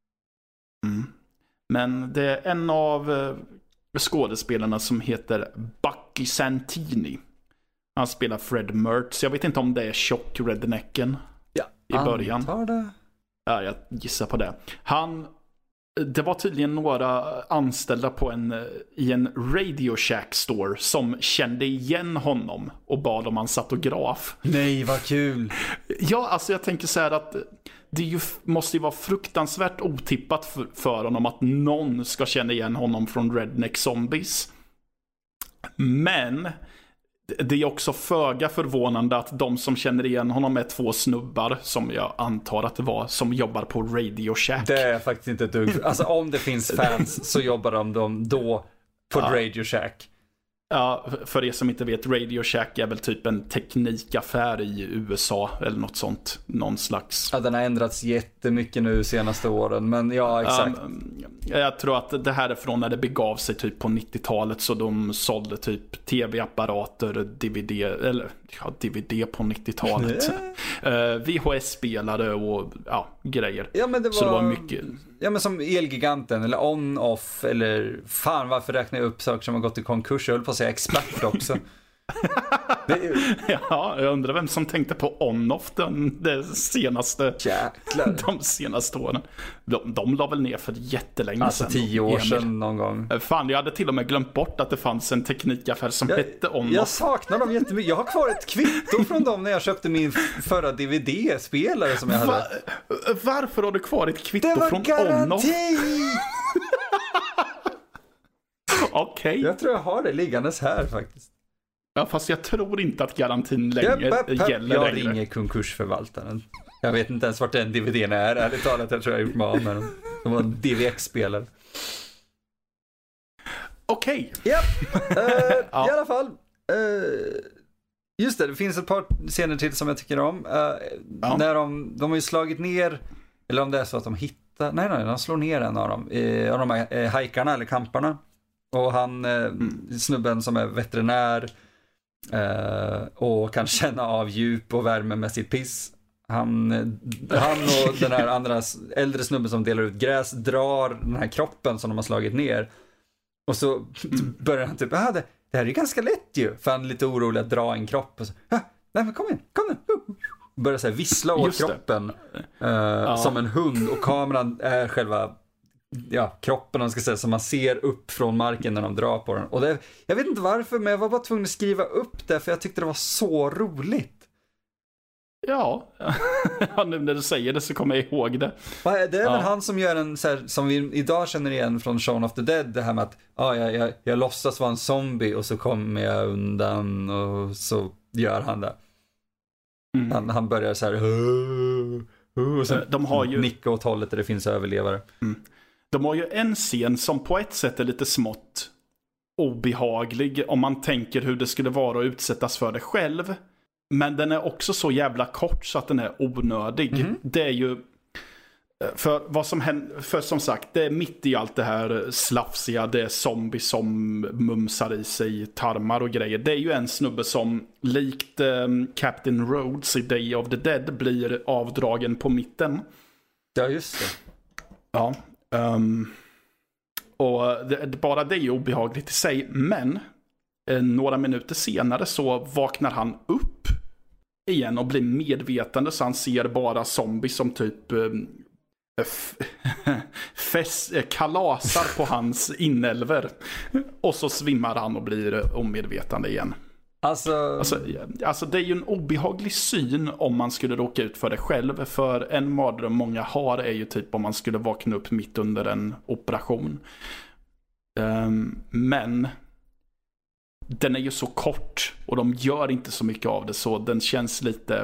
Men det är en av skådespelarna som heter Bucky Santini. Han spelar Fred Mertz. Jag vet inte om det är tjock rednecken i början. Ja, jag gissar på det. Det var tydligen några anställda i en Radio Shack store som kände igen honom och bad om hans autograf. Nej, vad kul. Ja, alltså jag tänker så här att måste ju vara fruktansvärt otippat för honom att någon ska känna igen honom från Redneck Zombies. Men det är också föga förvånande att de som känner igen honom är 2 snubbar, som jag antar att det var, som jobbar på Radio Shack. Det är faktiskt inte ett dugg. Alltså om det finns fans så jobbar de då på Radio Shack. Ja, för er som inte vet, Radio Shack är väl typ en teknikaffär i USA eller något sånt. Någon slags... Ja, den har ändrats jättemycket nu senaste åren, men ja, exakt. Jag tror att det här är från när det begav sig typ på 90-talet, så de sålde typ tv-apparater, DVD på 90-talet. VHS-spelare och grejer. Ja, men så det var mycket... Ja, men som Elgiganten eller On-Off eller fan, varför räknar jag upp saker som har gått i konkurs? Jag höll på att säga expert också. Ja, jag undrar vem som tänkte på On-Off de senaste åren. De la väl ner för jättelänge sedan. Alltså 10 år sedan någon gång. Fan, jag hade till och med glömt bort att det fanns en teknikaffär som hette On-Off. Jag saknar dem jättemycket. Jag har kvar ett kvitto från dem när jag köpte min förra DVD-spelare som jag hade. Varför har du kvar ett kvitto från On-Off? Det var garanti! Okej. Jag tror jag har det liggandes här faktiskt. Ja, fast jag tror inte att garantin längre gäller. Jag ringer konkursförvaltaren. Jag vet inte ens vart den DVDn är. Ärligt talat, jag tror jag har gjort mig av med dem. De var en DVX-spelare. Okej. Japp. I alla fall. Just det finns ett par scener till som jag tycker om. När de har ju slagit ner, eller om det är så att de hittar... Nej, de slår ner en av dem. Av de här hajkarna eller kamparna. Och han, snubben som är veterinär och kan känna av djup och värme med sitt piss. Han och den här andra äldre snubben som delar ut gräs drar den här kroppen som de har slagit ner. Och så börjar han typ, det här är ju ganska lätt ju. För han är lite orolig att dra en kropp. Och så, nej men kom igen. Börjar så här vissla åt kroppen som en hund. Och kameran är själva kroppen, man ska säga, som man ser upp från marken när de drar på den. Och jag vet inte varför, men jag var bara tvungen att skriva upp det för jag tyckte det var så roligt. Ja, nu när du säger det så kommer jag ihåg det. Det är väl han som gör en så här, som vi idag känner igen från Shaun of the Dead, det här med att jag låtsas vara en zombie och så kommer jag undan och så gör han det. Han börjar så här och så de har ju nicka åt hållet där det finns överlevare. De har ju en scen som på ett sätt är lite smått obehaglig om man tänker hur det skulle vara att utsättas för det själv. Men den är också så jävla kort så att den är onödig. Det är ju för vad som händer, för som sagt, det är mitt i allt det här slafsiga, det är zombies som mumsar i sig tarmar och grejer. Det är ju en snubbe som likt Captain Rhodes i Day of the Dead blir avdragen på mitten. Ja, just det. Ja. Och bara det är ju obehagligt i sig. Men några minuter senare så vaknar han upp igen och blir medvetande, så han ser bara zombies som typ kalasar på hans inälver. Och så svimmar han och blir omedvetande igen. Alltså det är ju en obehaglig syn om man skulle råka ut för det själv. För en mardröm många har är ju typ om man skulle vakna upp mitt under en operation. Men den är ju så kort och de gör inte så mycket av det, så den känns lite,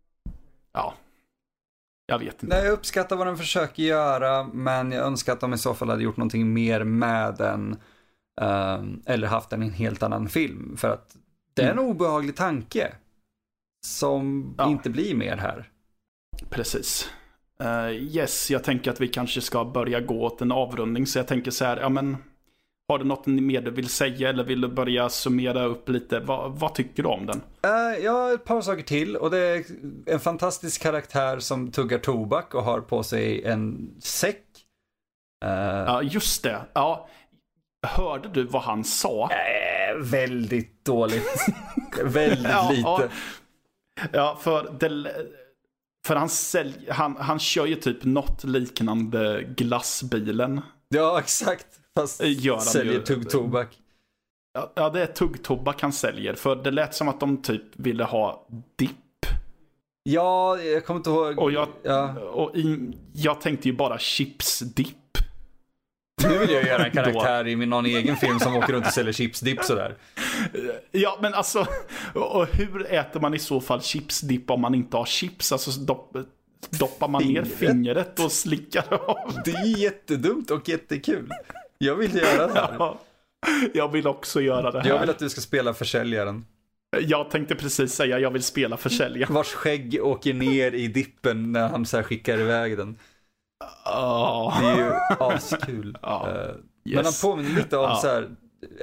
jag vet inte. Nej, jag uppskattar vad den försöker göra, men jag önskar att de i så fall hade gjort någonting mer med den eller haft den i en helt annan film, för att det är en obehaglig tanke som inte blir mer här. Precis. Jag tänker att vi kanske ska börja gå åt en avrundning, så jag tänker så här, har du något mer du vill säga eller vill du börja summera upp lite? Vad tycker du om den? Jag har ett par saker till, och det är en fantastisk karaktär som tuggar tobak och har på sig en säck. Ja, just det. Ja. Hörde du vad han sa? Väldigt dåligt. Väldigt lite. Ja, för han kör ju typ något liknande glassbilen. Ja, exakt. Fast säljer tuggtobak. Ja, det är tuggtobak han säljer. För det lät som att de typ ville ha dipp. Ja, jag kommer inte ihåg. Och ja. jag tänkte ju bara chipsdipp. Nu vill jag göra en karaktär i någon egen film som åker runt och säljer chipsdipp sådär. Ja, men alltså, och hur äter man i så fall chipsdipp om man inte har chips? Alltså doppar man ner fingret och slickar av? Det är jättedumt och jättekul. Jag vill göra det här. Ja, jag vill också göra det här. Jag vill att du ska spela försäljaren. Jag tänkte precis säga jag vill spela försäljaren. Vars skägg åker ner i dippen när han så här skickar iväg den. Det är ju askul. Men han påminner lite om så här,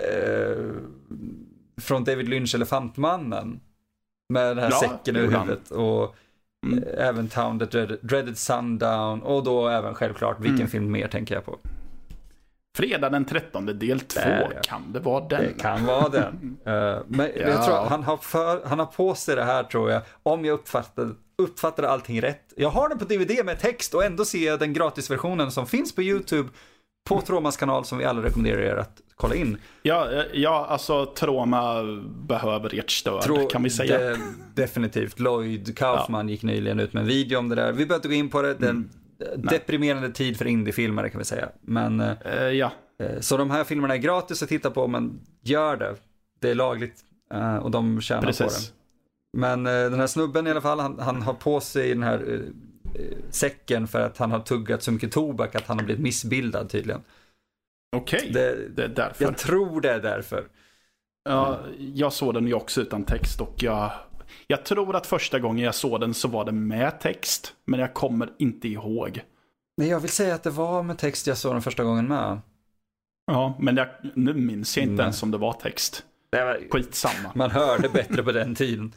från David Lynch Elefantmannen. Med den här säcken över huvudet. Och även Town That Dreaded Sundown. Och då även självklart, vilken film mer tänker jag på? Fredag den 13:e del 2. Kan det vara den? Det kan vara den. Men jag tror han har på sig det här, tror jag. Om jag uppfattade allting rätt. Jag har den på DVD med text och ändå ser jag den gratisversionen som finns på YouTube på Tromas kanal, som vi alla rekommenderar er att kolla in. Ja, alltså Troma behöver ert stöd, kan vi säga. Definitivt. Lloyd Kaufman gick nyligen ut med en video om det där. Vi behöver inte gå in på det. Den deprimerande tid för indiefilmare, kan vi säga. Men så de här filmerna är gratis att titta på, men gör det. Det är lagligt och de tjänar på det. Men den här snubben i alla fall, han har på sig den här säcken för att han har tuggat så mycket tobak att han har blivit missbildad tydligen. Okej, det är därför. Jag tror det är därför. Ja, jag såg den ju också utan text och jag tror att första gången jag såg den så var det med text, men jag kommer inte ihåg. Nej, jag vill säga att det var med text jag såg den första gången med. Ja, men nu minns jag inte ens om det var text. Skitsamma. Man hörde bättre på den tiden.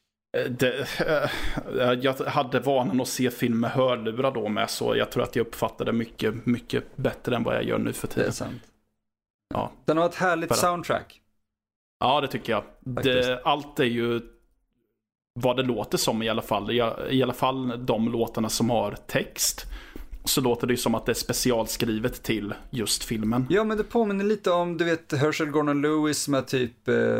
Jag hade vanan att se film med hörlurar då med, så jag tror att jag uppfattade mycket, mycket bättre än vad jag gör nu för tiden. Det är sant. Ja. Den har ett härligt soundtrack. Ja, det tycker jag. Allt är ju vad det låter som i alla fall. I alla fall de låtarna som har text, så låter det ju som att det är specialskrivet till just filmen. Ja, men det påminner lite om, du vet, Herschel Gordon Lewis med typ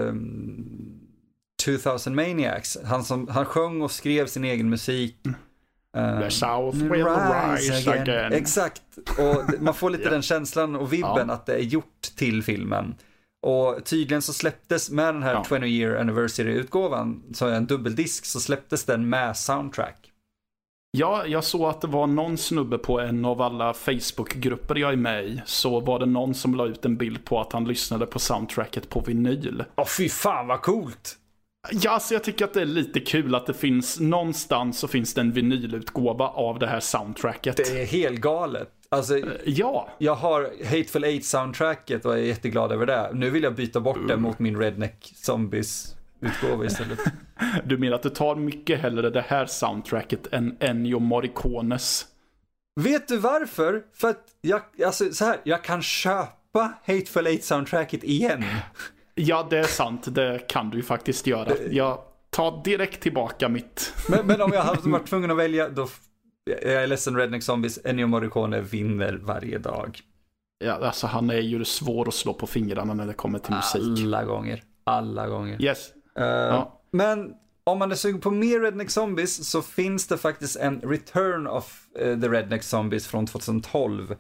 2000 Maniacs. Han sjöng och skrev sin egen musik. The South will rise again. Exakt. Och man får lite den känslan och vibben att det är gjort till filmen. Och tydligen så släpptes med den här 20-year anniversary-utgåvan, så en dubbeldisk, så släpptes den med soundtrack. Ja, jag såg att det var någon snubbe på en av alla Facebook-grupper jag är med i, så var det någon som la ut en bild på att han lyssnade på soundtracket på vinyl. Fy fan vad coolt! Ja, så jag tycker att det är lite kul att det finns någonstans, så finns det en vinylutgåva av det här soundtracket. Det är helt galet. Alltså, jag har Hateful Eight-soundtracket och är jätteglad över det. Nu vill jag byta bort det mot min Redneck Zombies-utgåva istället. Du menar att du tar mycket hellre det här soundtracket än Ennio Morricones? Vet du varför? För att jag kan köpa Hateful Eight-soundtracket igen. Ja, det är sant. Det kan du ju faktiskt göra. Jag tar direkt tillbaka mitt. Men om jag hade varit tvungen att välja, då jag är ledsen, Redneck Zombies, Ennio Morricone vinner varje dag. Ja, alltså han är ju svår att slå på fingrarna när det kommer till musik. Alla gånger. Yes. Men om man är sugen på mer Redneck Zombies, så finns det faktiskt en Return of the Redneck Zombies från 2012.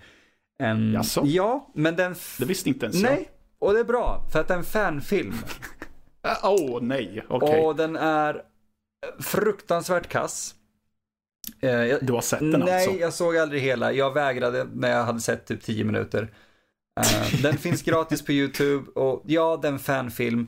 Ja, men den... Det visste inte ens Nej, och det är bra, för att det är en fanfilm. Nej, okej. Och den är fruktansvärt kass. Du har sett den alltså? Nej, jag såg aldrig hela. Jag vägrade när jag hade sett typ 10 minuter. Den finns gratis på YouTube. Och ja, den fanfilm.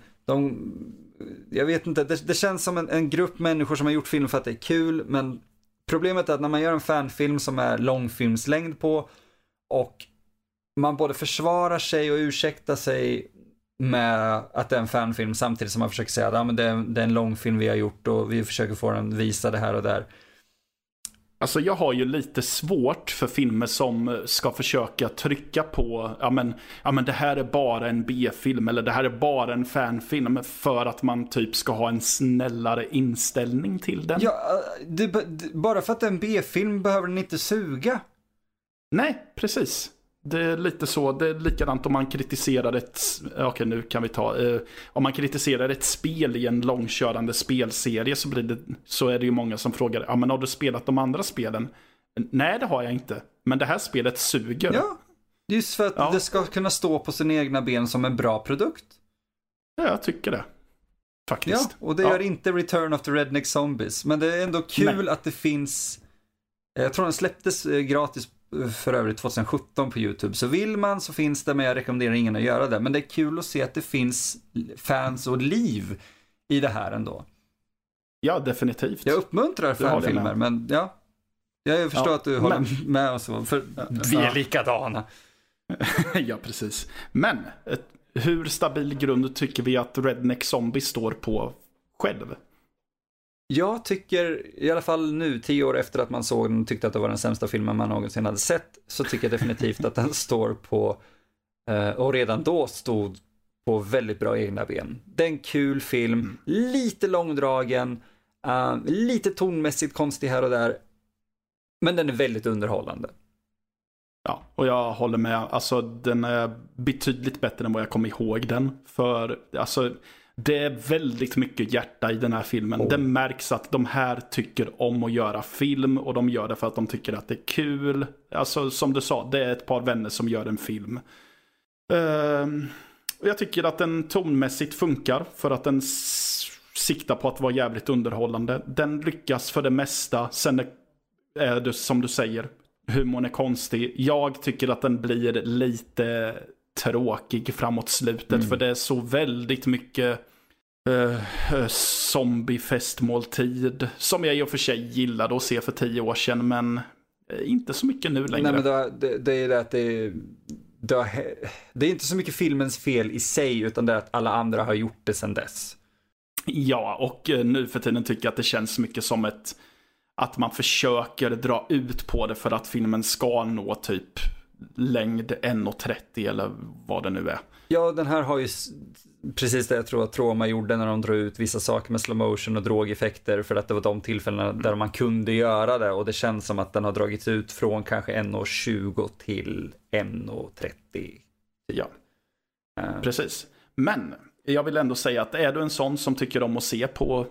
Jag vet inte, det känns som en grupp människor som har gjort film för att det är kul. Men problemet är att när man gör en fanfilm som är långfilmslängd på, och man både försvarar sig och ursäktar sig med att det är en fanfilm, samtidigt som man försöker säga att det är en långfilm vi har gjort och vi försöker få den visa det här och där. Alltså jag har ju lite svårt för filmer som ska försöka trycka på ja men det här är bara en B-film eller det här är bara en fanfilm, för att man typ ska ha en snällare inställning till den. Ja, bara för att det är en B-film behöver den inte suga. Nej, precis. det är lite så. Det är likadant om man kritiserar nu kan vi ta... om man kritiserar ett spel i en långkörande spelserie så är det ju många som frågar, ja men har du spelat de andra spelen? Nej, det har jag inte. Men det här spelet suger. Ja, just för att det ska kunna stå på sina egna ben som en bra produkt. Ja, jag tycker det. Faktiskt. Ja, och det gör inte Return of the Redneck Zombies. Men det är ändå kul att det finns... Jag tror den släpptes gratis för övrigt 2017 på YouTube. Så vill man så finns det, men jag rekommenderar ingen att göra det. Men det är kul att se att det finns fans och liv i det här ändå. Ja, definitivt. Jag uppmuntrar fanfilmer, men ja. Jag förstår att du håller med och så. För vi är likadana. Ja, precis. Men hur stabil grund tycker vi att Redneck Zombie står på själv? Jag tycker, i alla fall nu 10 år efter att man såg den och tyckte att det var den sämsta filmen man någonsin hade sett, så tycker jag definitivt att den står på, och redan då stod på väldigt bra egna ben. Det är en kul film, lite långdragen, lite tonmässigt konstig här och där, men den är väldigt underhållande. Ja, och jag håller med. Alltså, den är betydligt bättre än vad jag kommer ihåg den. För alltså, det är väldigt mycket hjärta i den här filmen. Det märks att de här tycker om att göra film, och de gör det för att de tycker att det är kul. Alltså, som du sa, det är ett par vänner som gör en film. Jag tycker att den tonmässigt funkar för att den siktar på att vara jävligt underhållande. Den lyckas för det mesta. Sen är det som du säger, humorn är konstig. Jag tycker att den blir lite tråkig framåt slutet, för det är så väldigt mycket zombie-festmåltid som jag i och för sig gillade att se för 10 år sedan, men inte så mycket nu längre. Nej, men det är det att det är inte så mycket filmens fel i sig, utan det är att alla andra har gjort det sedan dess. Ja, och nu för tiden tycker jag att det känns mycket som att man försöker dra ut på det för att filmen ska nå typ längd 1,30 eller vad det nu är. Ja, den här har ju precis det jag tror att Troma gjorde när de drog ut vissa saker med slow motion och drogeffekter, för att det var de tillfällena där man kunde göra det, och det känns som att den har dragits ut från kanske 1,20 till 1,30. Ja, precis. Men jag vill ändå säga att är du en sån som tycker om att se på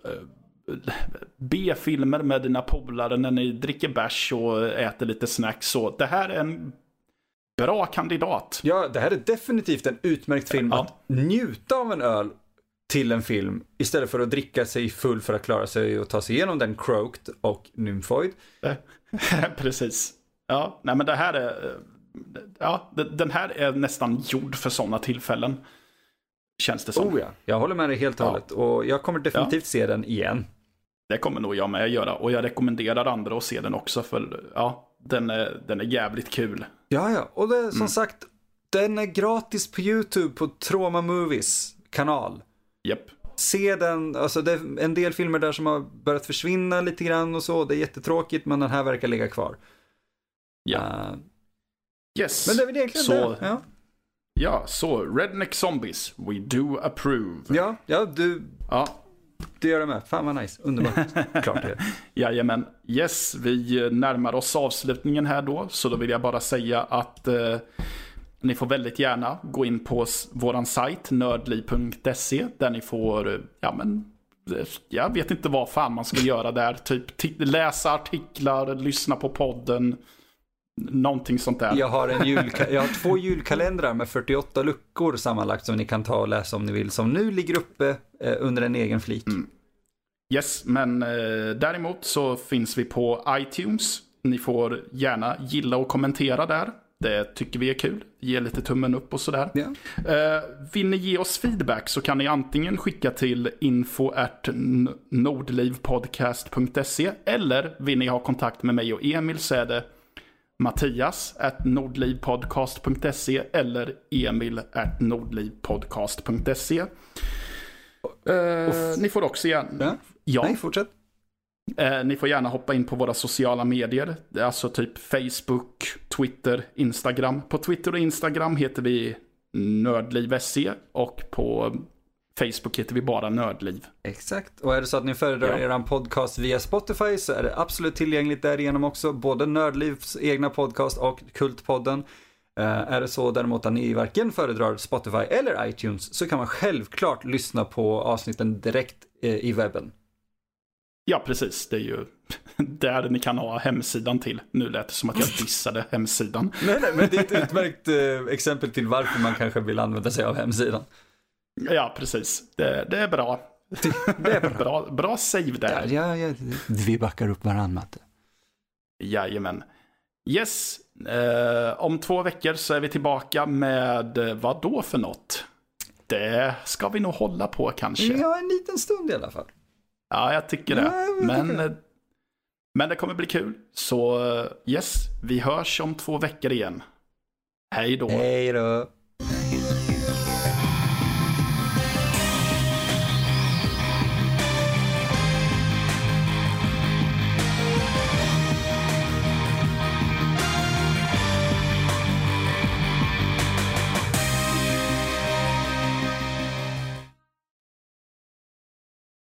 B-filmer med dina polare när ni dricker bärs och äter lite snacks, så det här är en bra kandidat. Ja, det här är definitivt en utmärkt film att njuta av en öl till en film istället för att dricka sig full för att klara sig och ta sig igenom den Croaked och Nymphoid. Precis. Ja, nej men det här är den här är nästan gjord för sådana tillfällen. Känns det som. Oh ja, jag håller med dig helt och hållet. Och jag kommer definitivt se den igen. Det kommer nog jag med göra. Och jag rekommenderar andra att se den också. För den är jävligt kul. Ja. Och det, som sagt, den är gratis på YouTube på Troma Movies kanal. Japp. Se den. Alltså det är en del filmer där som har börjat försvinna lite grann och så. Det är jättetråkigt, men den här verkar ligga kvar. Ja. Yes. Men det är väl egentligen så... det. Ja, så Redneck Zombies, we do approve. Ja, du gör det med. Fan vad nice, underbart. Klart det. Jajamän, yes, vi närmar oss avslutningen här då. Så då vill jag bara säga att ni får väldigt gärna gå in på våran sajt nördliv.se, där ni får, jag vet inte vad fan man ska göra där. Typ läsa artiklar, lyssna på podden, någonting sånt där. Jag har 2 julkalendrar med 48 luckor sammanlagt som ni kan ta och läsa om ni vill, som nu ligger uppe under en egen flik. Yes, men däremot så finns vi på iTunes. Ni får gärna gilla och kommentera där. Det tycker vi är kul. Ge lite tummen upp och sådär. Yeah. Vill ni ge oss feedback så kan ni antingen skicka till info@nordlivpodcast.se, eller vill ni ha kontakt med mig och Emil så är det Mattias@nordlivpodcast.se eller Emil@nordlivpodcast.se. Ni får också gärna... Nej, fortsätt. Ni får gärna hoppa in på våra sociala medier. Alltså typ Facebook, Twitter, Instagram. På Twitter och Instagram heter vi nördliv.se, och på Facebook heter vi bara Nördliv. Exakt, och är det så att ni föredrar eran podcast via Spotify så är det absolut tillgängligt därigenom också, både Nördlivs egna podcast och Kultpodden. Är det så däremot att ni varken föredrar Spotify eller iTunes så kan man självklart lyssna på avsnitten direkt i webben. Ja, precis. Det är ju där ni kan ha hemsidan till. Nu lät det som att jag dissade hemsidan. Nej, men det är ett utmärkt exempel till varför man kanske vill använda sig av hemsidan. Ja, precis. Det är bra. Det är bra. Bra save där. Ja, vi backar upp varandra. Jajamän. Yes, om 2 veckor så är vi tillbaka med vad då för något? Det ska vi nog hålla på kanske. Ja, en liten stund i alla fall. Ja, jag tycker det. Men det kommer bli kul. Så yes, vi hörs om 2 veckor igen. Hej då. Hej då.